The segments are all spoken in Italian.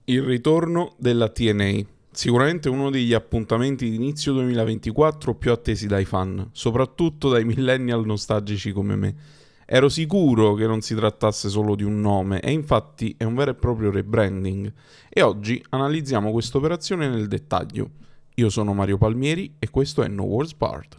Il ritorno della TNA. Sicuramente uno degli appuntamenti di inizio 2024 più attesi dai fan, soprattutto dai millennial nostalgici come me. Ero sicuro che non si trattasse solo di un nome, e infatti è un vero e proprio rebranding. E oggi analizziamo questa operazione nel dettaglio. Io sono Mario Palmieri e questo è No Words Barred.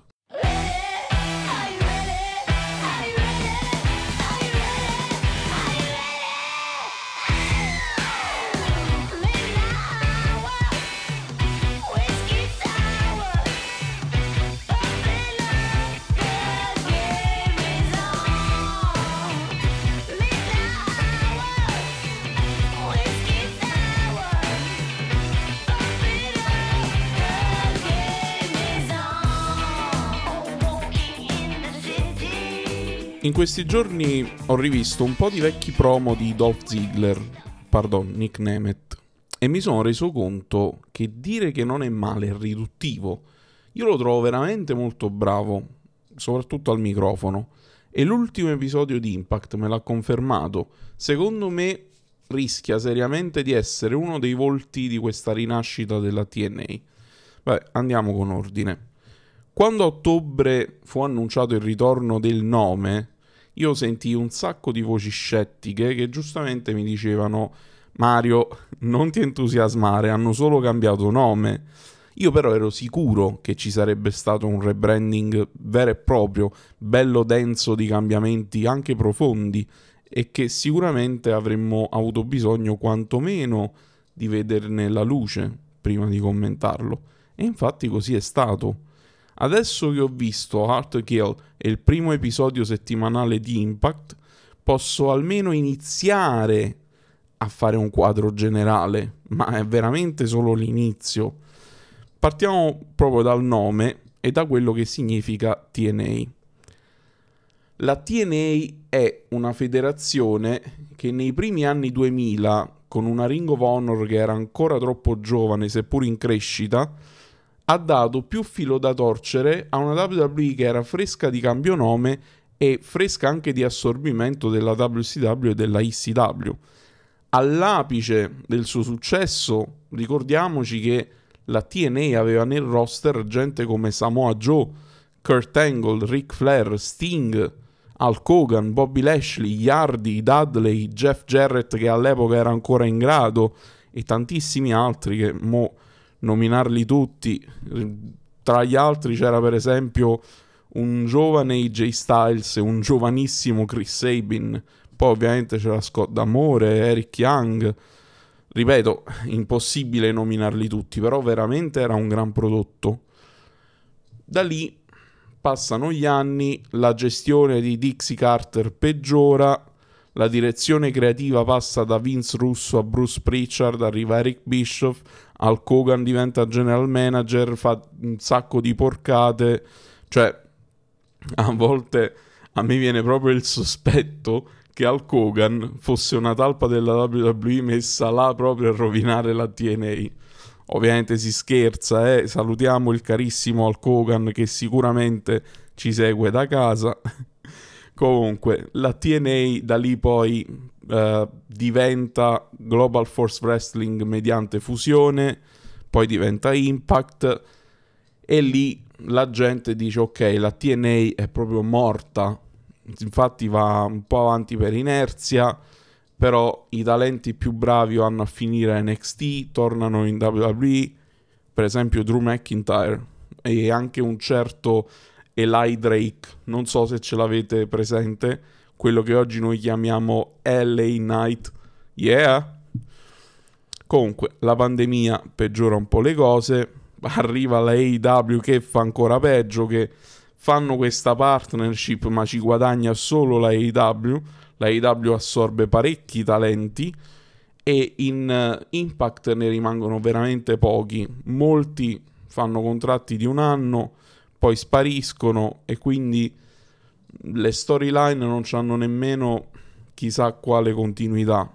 In questi giorni ho rivisto un po' di vecchi promo di Dolph Ziggler, Nick Nemeth, e mi sono reso conto che dire che non è male è riduttivo. Io lo trovo veramente molto bravo, soprattutto al microfono, e l'ultimo episodio di Impact me l'ha confermato. Secondo me rischia seriamente di essere uno dei volti di questa rinascita della TNA. Beh, andiamo con ordine. Quando a ottobre fu annunciato il ritorno del nome, io sentii un sacco di voci scettiche che giustamente mi dicevano: Mario, non ti entusiasmare, hanno solo cambiato nome. Io però ero sicuro che ci sarebbe stato un rebranding vero e proprio, bello denso di cambiamenti anche profondi, e che sicuramente avremmo avuto bisogno quantomeno di vederne la luce prima di commentarlo. E infatti così è stato. Adesso che ho visto Hard to Kill e il primo episodio settimanale di Impact, posso almeno iniziare a fare un quadro generale, ma è veramente solo l'inizio. Partiamo proprio dal nome e da quello che significa TNA. La TNA è una federazione che nei primi anni 2000, con una Ring of Honor che era ancora troppo giovane seppur in crescita, ha dato più filo da torcere a una WWE che era fresca di cambio nome e fresca anche di assorbimento della WCW e della ECW. All'apice del suo successo, ricordiamoci che la TNA aveva nel roster gente come Samoa Joe, Kurt Angle, Ric Flair, Sting, Hulk Hogan, Bobby Lashley, Hardy, Dudley, Jeff Jarrett che all'epoca era ancora in grado e tantissimi altri che mo nominarli tutti. Tra gli altri c'era per esempio un giovane AJ Styles e un giovanissimo Chris Sabin. Poi ovviamente c'era Scott D'Amore, Eric Young. Ripeto, impossibile nominarli tutti, però veramente era un gran prodotto. Da lì passano gli anni, la gestione di Dixie Carter peggiora, la direzione creativa passa da Vince Russo a Bruce Pritchard, arriva Eric Bischoff, Hulk Hogan diventa general manager, fa un sacco di porcate, cioè a volte a me viene proprio il sospetto che Hulk Hogan fosse una talpa della WWE messa là proprio a rovinare la TNA. Ovviamente si scherza, salutiamo il carissimo Hulk Hogan che sicuramente ci segue da casa. Comunque, la TNA da lì poi diventa Global Force Wrestling mediante fusione, poi diventa Impact, e lì la gente dice ok, la TNA è proprio morta, infatti va un po' avanti per inerzia, però i talenti più bravi vanno a finire a NXT, tornano in WWE, per esempio Drew McIntyre e anche un certo Eli Drake, non so se ce l'avete presente, quello che oggi noi chiamiamo LA Knight. Yeah! Comunque, la pandemia peggiora un po' le cose, arriva la AEW che fa ancora peggio, che fanno questa partnership ma ci guadagna solo la AEW. La AEW assorbe parecchi talenti e in Impact ne rimangono veramente pochi. Molti fanno contratti di un anno, poi spariscono e quindi le storyline non hanno nemmeno chissà quale continuità.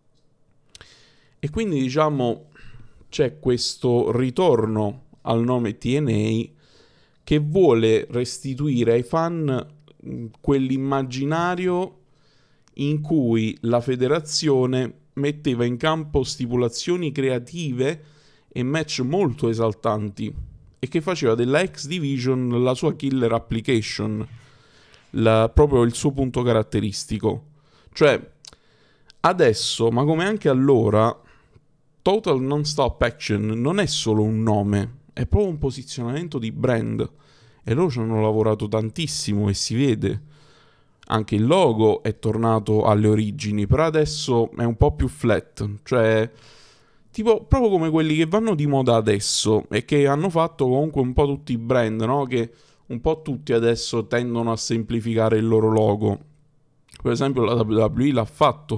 E quindi diciamo c'è questo ritorno al nome TNA che vuole restituire ai fan quell'immaginario in cui la federazione metteva in campo stipulazioni creative e match molto esaltanti e che faceva della X Division la sua killer application, proprio il suo punto caratteristico. Cioè, adesso, ma come anche allora, Total Non-Stop Action non è solo un nome, è proprio un posizionamento di brand e loro ci hanno lavorato tantissimo e si vede. Anche il logo è tornato alle origini, però adesso è un po' più flat, cioè tipo proprio come quelli che vanno di moda adesso e che hanno fatto comunque un po' tutti i brand, no? Che un po' tutti adesso tendono a semplificare il loro logo. Per esempio la WWE l'ha fatto,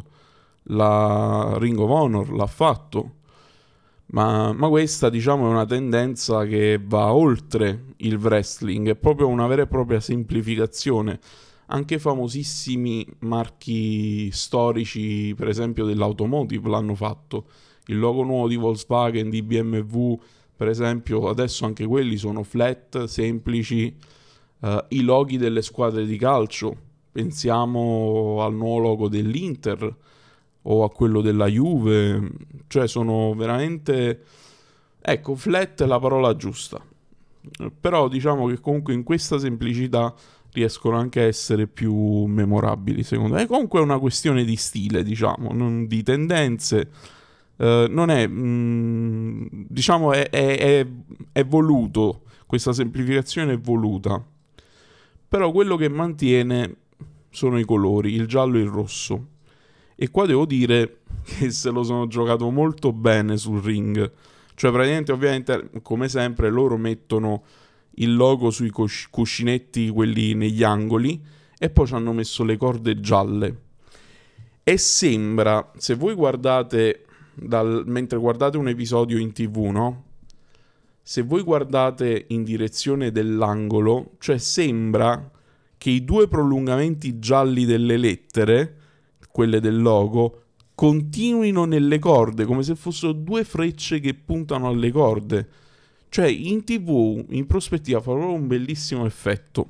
la Ring of Honor l'ha fatto, ma questa diciamo è una tendenza che va oltre il wrestling, è proprio una vera e propria semplificazione. Anche famosissimi marchi storici, per esempio dell'automotive, l'hanno fatto. Il logo nuovo di Volkswagen, di BMW, per esempio, adesso anche quelli sono flat, semplici. I loghi delle squadre di calcio, pensiamo al nuovo logo dell'Inter o a quello della Juve, cioè sono veramente... Ecco, flat è la parola giusta. Però diciamo che comunque in questa semplicità riescono anche a essere più memorabili, secondo me. Comunque è una questione di stile, diciamo, non di tendenze. Non è, diciamo, è voluto, questa semplificazione è voluta. Però quello che mantiene sono i colori, il giallo e il rosso. E qua devo dire che se lo sono giocato molto bene sul ring. Cioè praticamente, ovviamente, come sempre, loro mettono il logo sui cuscinetti, quelli negli angoli, e poi ci hanno messo le corde gialle. E sembra, se voi guardate, mentre guardate un episodio in TV, no? Se voi guardate in direzione dell'angolo, cioè sembra che i due prolungamenti gialli delle lettere, quelle del logo, continuino nelle corde, come se fossero due frecce che puntano alle corde. Cioè in TV, in prospettiva, fa proprio un bellissimo effetto.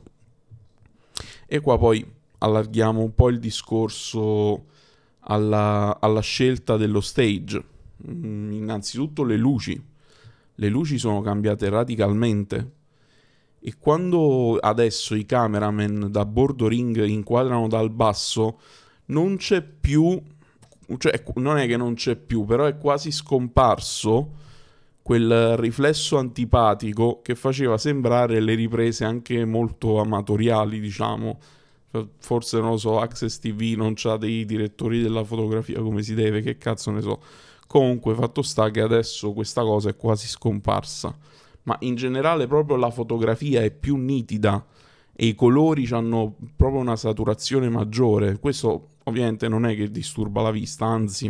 E qua poi allarghiamo un po' il discorso alla scelta dello stage. Innanzitutto le luci. Le luci sono cambiate radicalmente. E quando adesso i cameraman da bordo ring inquadrano dal basso, non c'è più... Cioè, non è che non c'è più, però è quasi scomparso quel riflesso antipatico che faceva sembrare le riprese anche molto amatoriali, diciamo. Forse, non lo so, Access TV non c'ha dei direttori della fotografia come si deve, che cazzo ne so. Comunque, fatto sta che adesso questa cosa è quasi scomparsa. Ma in generale proprio la fotografia è più nitida e i colori hanno proprio una saturazione maggiore. Questo ovviamente non è che disturba la vista, anzi.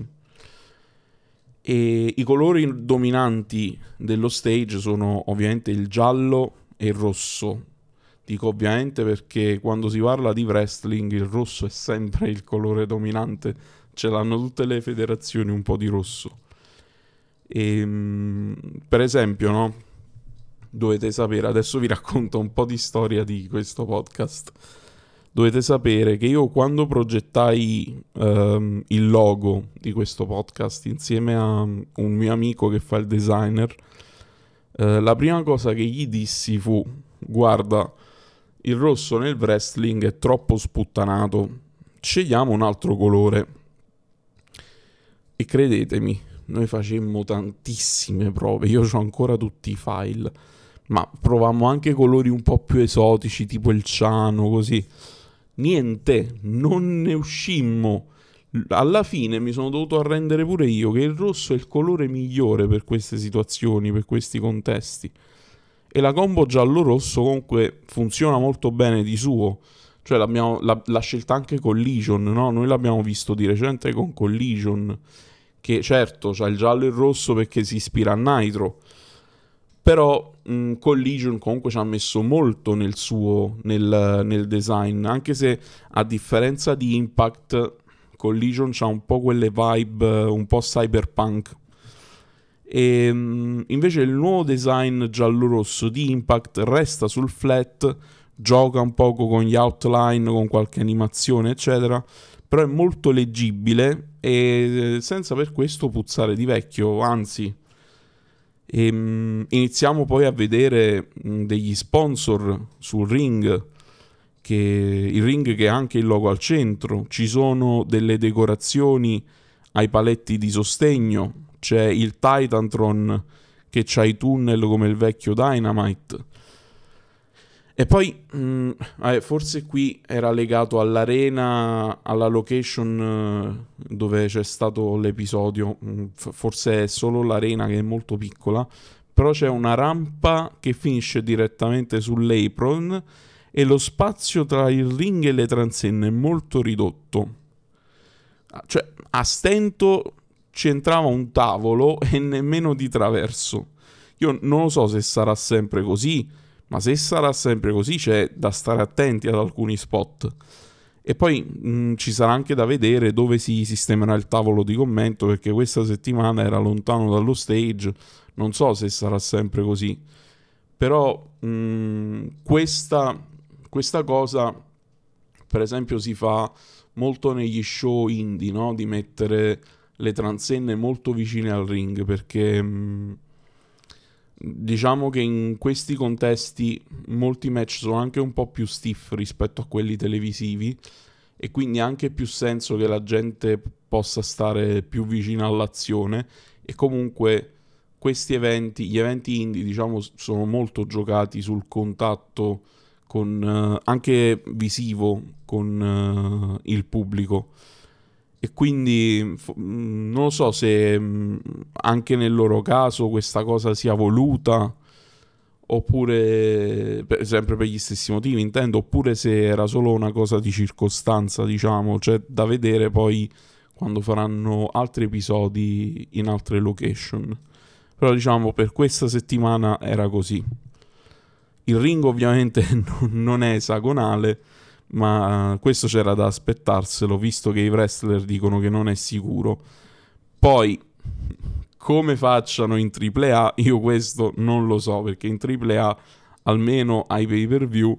E i colori dominanti dello stage sono ovviamente il giallo e il rosso. Dico ovviamente perché quando si parla di wrestling il rosso è sempre il colore dominante, ce l'hanno tutte le federazioni un po' di rosso. Per esempio, no? Dovete sapere, adesso vi racconto un po' di storia di questo podcast. Dovete sapere che io quando progettai il logo di questo podcast insieme a un mio amico che fa il designer, la prima cosa che gli dissi fu: guarda, il rosso nel wrestling è troppo sputtanato, scegliamo un altro colore. E credetemi, noi facemmo tantissime prove, io ho ancora tutti i file, ma provammo anche colori un po' più esotici, tipo il ciano, così. Niente, non ne uscimmo. Alla fine mi sono dovuto arrendere pure io che il rosso è il colore migliore per queste situazioni, per questi contesti. E la combo giallo-rosso comunque funziona molto bene di suo. Cioè l'ha scelta anche Collision, no? Noi l'abbiamo visto di recente con Collision, che certo c'ha il giallo e il rosso perché si ispira a Nitro, però Collision comunque ci ha messo molto nel design, anche se a differenza di Impact Collision c'ha un po' quelle vibe un po' cyberpunk. E invece il nuovo design giallo-rosso di Impact resta sul flat, gioca un poco con gli outline, con qualche animazione eccetera, però è molto leggibile e senza per questo puzzare di vecchio, anzi. Iniziamo poi a vedere degli sponsor sul ring, il ring che ha anche il logo al centro, ci sono delle decorazioni ai paletti di sostegno, c'è il Titantron che c'ha i tunnel come il vecchio Dynamite. E poi, forse qui era legato all'arena, alla location dove c'è stato l'episodio, forse è solo l'arena che è molto piccola, però c'è una rampa che finisce direttamente sull'apron e lo spazio tra il ring e le transenne è molto ridotto. Cioè, a stento ci entrava un tavolo e nemmeno di traverso. Io non lo so se sarà sempre così, ma se sarà sempre così c'è da stare attenti ad alcuni spot. E poi ci sarà anche da vedere dove si sistemerà il tavolo di commento, perché questa settimana era lontano dallo stage, non so se sarà sempre così. Però questa cosa, per esempio, si fa molto negli show indie, no? Di mettere le transenne molto vicine al ring, perché diciamo che in questi contesti molti match sono anche un po' più stiff rispetto a quelli televisivi e quindi ha anche più senso che la gente possa stare più vicina all'azione. E comunque questi eventi, gli eventi indie, diciamo, sono molto giocati sul contatto con, anche visivo con il pubblico. E quindi non lo so se anche nel loro caso questa cosa sia voluta, oppure sempre per gli stessi motivi intendo, oppure se era solo una cosa di circostanza, diciamo, cioè da vedere poi quando faranno altri episodi in altre location. Però diciamo per questa settimana era così. Il ring ovviamente non è esagonale, ma questo c'era da aspettarselo, visto che i wrestler dicono che non è sicuro. Poi, come facciano in AAA, io questo non lo so, perché in AAA, almeno ai pay-per-view,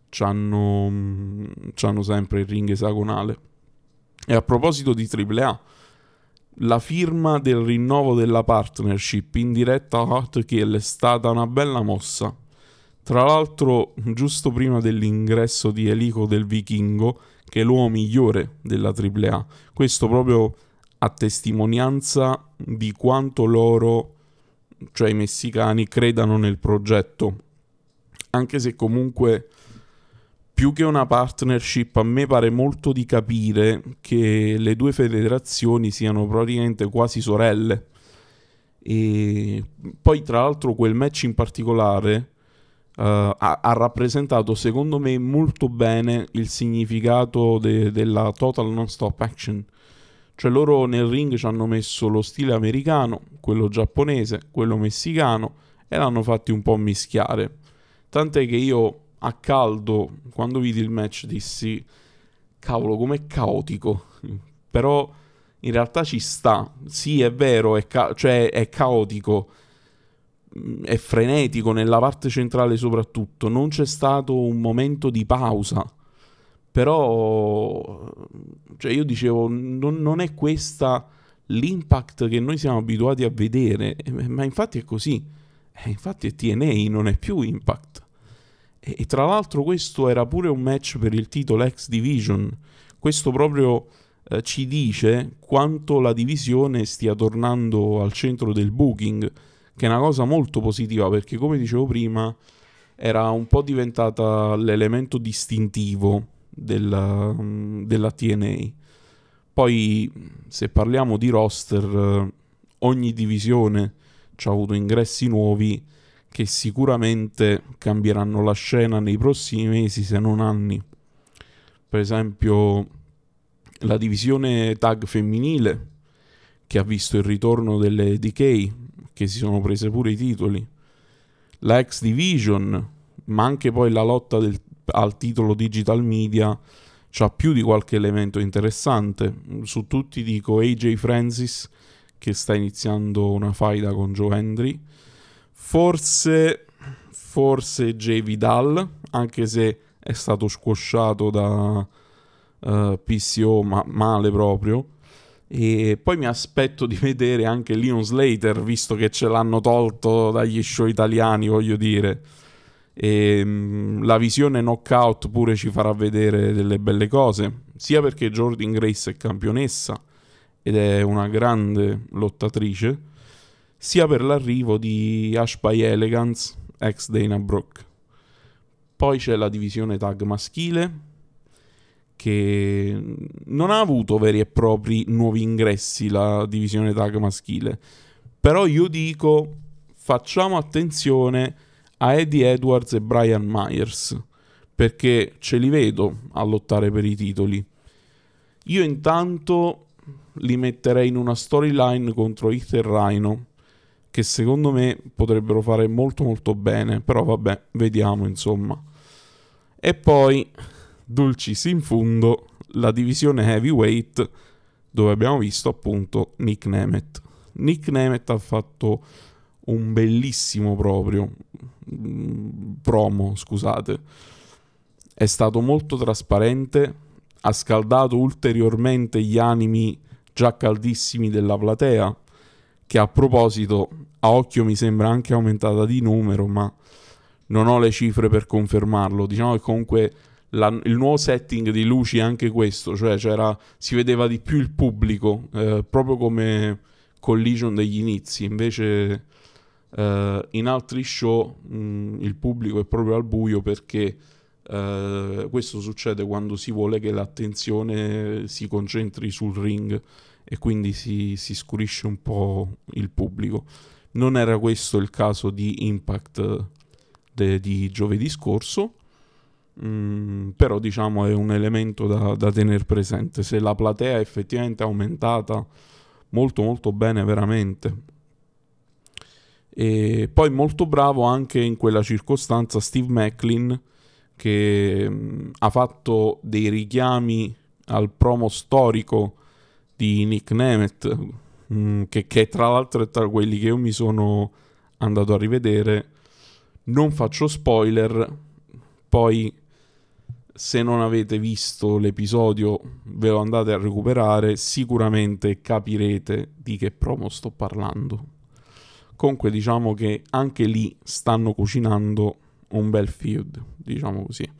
c'hanno sempre il ring esagonale. E a proposito di AAA, la firma del rinnovo della partnership in diretta a Hot Kill è stata una bella mossa. Tra l'altro, giusto prima dell'ingresso di Elico del Vichingo, che è l'uomo migliore della AAA, questo proprio a testimonianza di quanto loro, cioè i messicani, credano nel progetto. Anche se comunque, più che una partnership, a me pare molto di capire che le due federazioni siano praticamente quasi sorelle. E poi, tra l'altro, quel match in particolare ha rappresentato secondo me molto bene il significato della Total Non-Stop Action. Cioè loro nel ring ci hanno messo lo stile americano, quello giapponese, quello messicano e l'hanno fatti un po' mischiare. Tant'è che io a caldo, quando vidi il match, dissi cavolo com'è caotico. Però in realtà ci sta. Sì, è vero, cioè è caotico, è frenetico nella parte centrale soprattutto, non c'è stato un momento di pausa, però cioè io dicevo non è questa l'impact che noi siamo abituati a vedere, ma infatti è così, infatti è TNA, non è più Impact. E tra l'altro questo era pure un match per il titolo X Division, questo proprio ci dice quanto la divisione stia tornando al centro del booking, che è una cosa molto positiva, perché come dicevo prima era un po' diventata l'elemento distintivo della TNA. Poi se parliamo di roster, ogni divisione ci ha avuto ingressi nuovi che sicuramente cambieranno la scena nei prossimi mesi, se non anni. Per esempio la divisione tag femminile, che ha visto il ritorno delle DK, che si sono prese pure i titoli, la X Division, ma anche poi la lotta al titolo Digital Media c'ha più di qualche elemento interessante. Su tutti dico AJ Francis, che sta iniziando una faida con Joe Hendry, forse Jay Vidal, anche se è stato squasciato PCO male proprio. E poi mi aspetto di vedere anche Leon Slater, visto che ce l'hanno tolto dagli show italiani, voglio dire. E la visione knockout pure ci farà vedere delle belle cose, sia perché Jordynne Grace è campionessa ed è una grande lottatrice, sia per l'arrivo di Ash by Elegance, ex Dana Brooke. Poi c'è la divisione tag maschile, che non ha avuto veri e propri nuovi ingressi, la divisione tag maschile. Però io dico, facciamo attenzione a Eddie Edwards e Brian Myers, perché ce li vedo a lottare per i titoli. Io intanto li metterei in una storyline contro Heath e Rhino, che secondo me potrebbero fare molto molto bene, però vabbè, vediamo insomma. E poi, dulcis in fundo, la divisione heavyweight, dove abbiamo visto appunto Nick Nemeth. Nick Nemeth ha fatto un bellissimo promo, scusate. È stato molto trasparente, ha scaldato ulteriormente gli animi già caldissimi della platea, che a proposito a occhio mi sembra anche aumentata di numero, ma non ho le cifre per confermarlo. Diciamo che comunque il nuovo setting di luci è anche questo, cioè si vedeva di più il pubblico, proprio come Collision degli inizi. Invece in altri show il pubblico è proprio al buio, perché questo succede quando si vuole che l'attenzione si concentri sul ring e quindi si scurisce un po' il pubblico. Non era questo il caso di Impact di giovedì scorso, però diciamo è un elemento da tenere presente. Se la platea effettivamente è aumentata molto molto bene veramente. E poi molto bravo anche in quella circostanza Steve Macklin, che ha fatto dei richiami al promo storico di Nick Nemeth, che tra l'altro è tra quelli che io mi sono andato a rivedere. Non faccio spoiler, poi se non avete visto l'episodio ve lo andate a recuperare, sicuramente capirete di che promo sto parlando. Comunque diciamo che anche lì stanno cucinando un bel feud, diciamo così.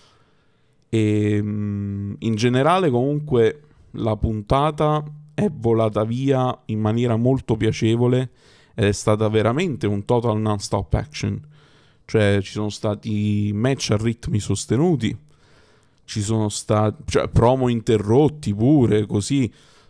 E in generale comunque la puntata è volata via in maniera molto piacevole ed è stata veramente un total non-stop action. Cioè ci sono stati match a ritmi sostenuti, ci sono stati promo interrotti pure, così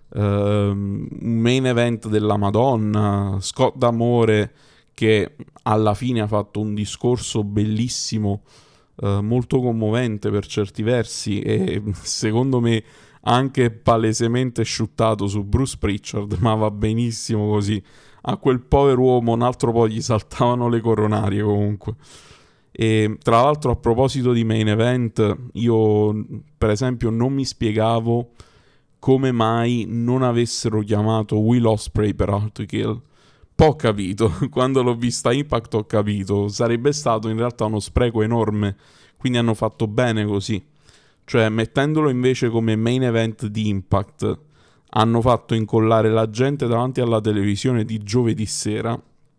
un main event della Madonna, Scott D'Amore che alla fine ha fatto un discorso bellissimo, molto commovente per certi versi e secondo me anche palesemente sciuttato su Bruce Pritchard, ma va benissimo così. A quel povero uomo un altro po' gli saltavano le coronarie comunque. E tra l'altro a proposito di main event, io per esempio non mi spiegavo come mai non avessero chiamato Will Ospreay per Hard Kill. Poi ho capito, quando l'ho vista Impact ho capito, sarebbe stato in realtà uno spreco enorme, quindi hanno fatto bene così. Cioè mettendolo invece come main event di Impact hanno fatto incollare la gente davanti alla televisione di giovedì sera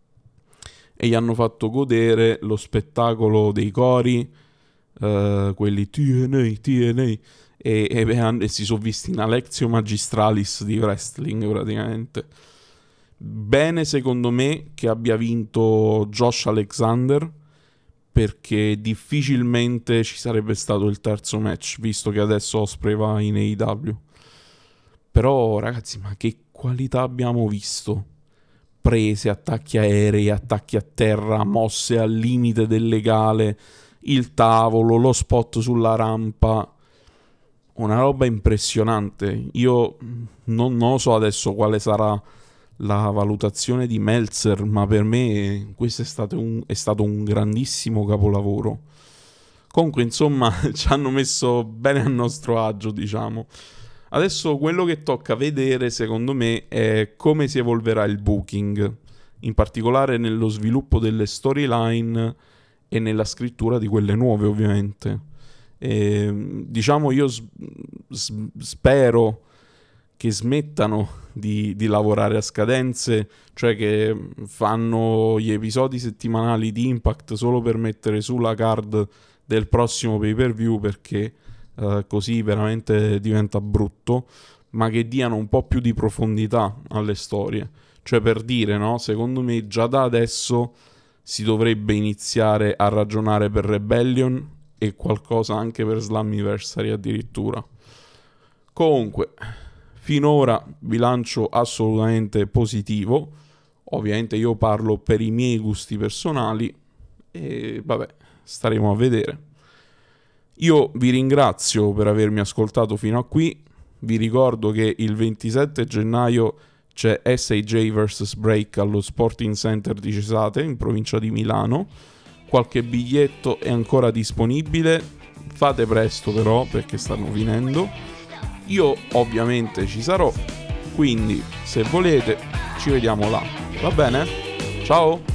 e gli hanno fatto godere lo spettacolo dei cori, quelli TNA, e si sono visti in Alexio Magistralis di wrestling praticamente. Bene secondo me che abbia vinto Josh Alexander, perché difficilmente ci sarebbe stato il terzo match, visto che adesso Ospreay va in AEW. Però ragazzi, ma che qualità abbiamo visto? Prese, attacchi aerei, attacchi a terra, mosse al limite del legale, il tavolo, lo spot sulla rampa. Una roba impressionante. Io non so adesso quale sarà la valutazione di Meltzer, ma per me questo è stato un grandissimo capolavoro. Comunque insomma ci hanno messo bene a nostro agio, diciamo. Adesso quello che tocca vedere secondo me è come si evolverà il booking, in particolare nello sviluppo delle storyline e nella scrittura di quelle nuove ovviamente. Diciamo, io spero che smettano di lavorare a scadenze, cioè che fanno gli episodi settimanali di Impact solo per mettere sulla card del prossimo pay-per-view, perché così veramente diventa brutto, ma che diano un po' più di profondità alle storie. Cioè, per dire, no? Secondo me già da adesso si dovrebbe iniziare a ragionare per Rebellion e qualcosa anche per Slammiversary addirittura. Comunque, finora bilancio assolutamente positivo. Ovviamente io parlo per i miei gusti personali e vabbè, staremo a vedere. Io vi ringrazio per avermi ascoltato fino a qui. Vi ricordo che il 27 gennaio c'è SAJ vs Break allo Sporting Center di Cesate, in provincia di Milano. Qualche biglietto è ancora disponibile, fate presto però perché stanno finendo. Io ovviamente ci sarò, quindi se volete ci vediamo là, va bene? Ciao!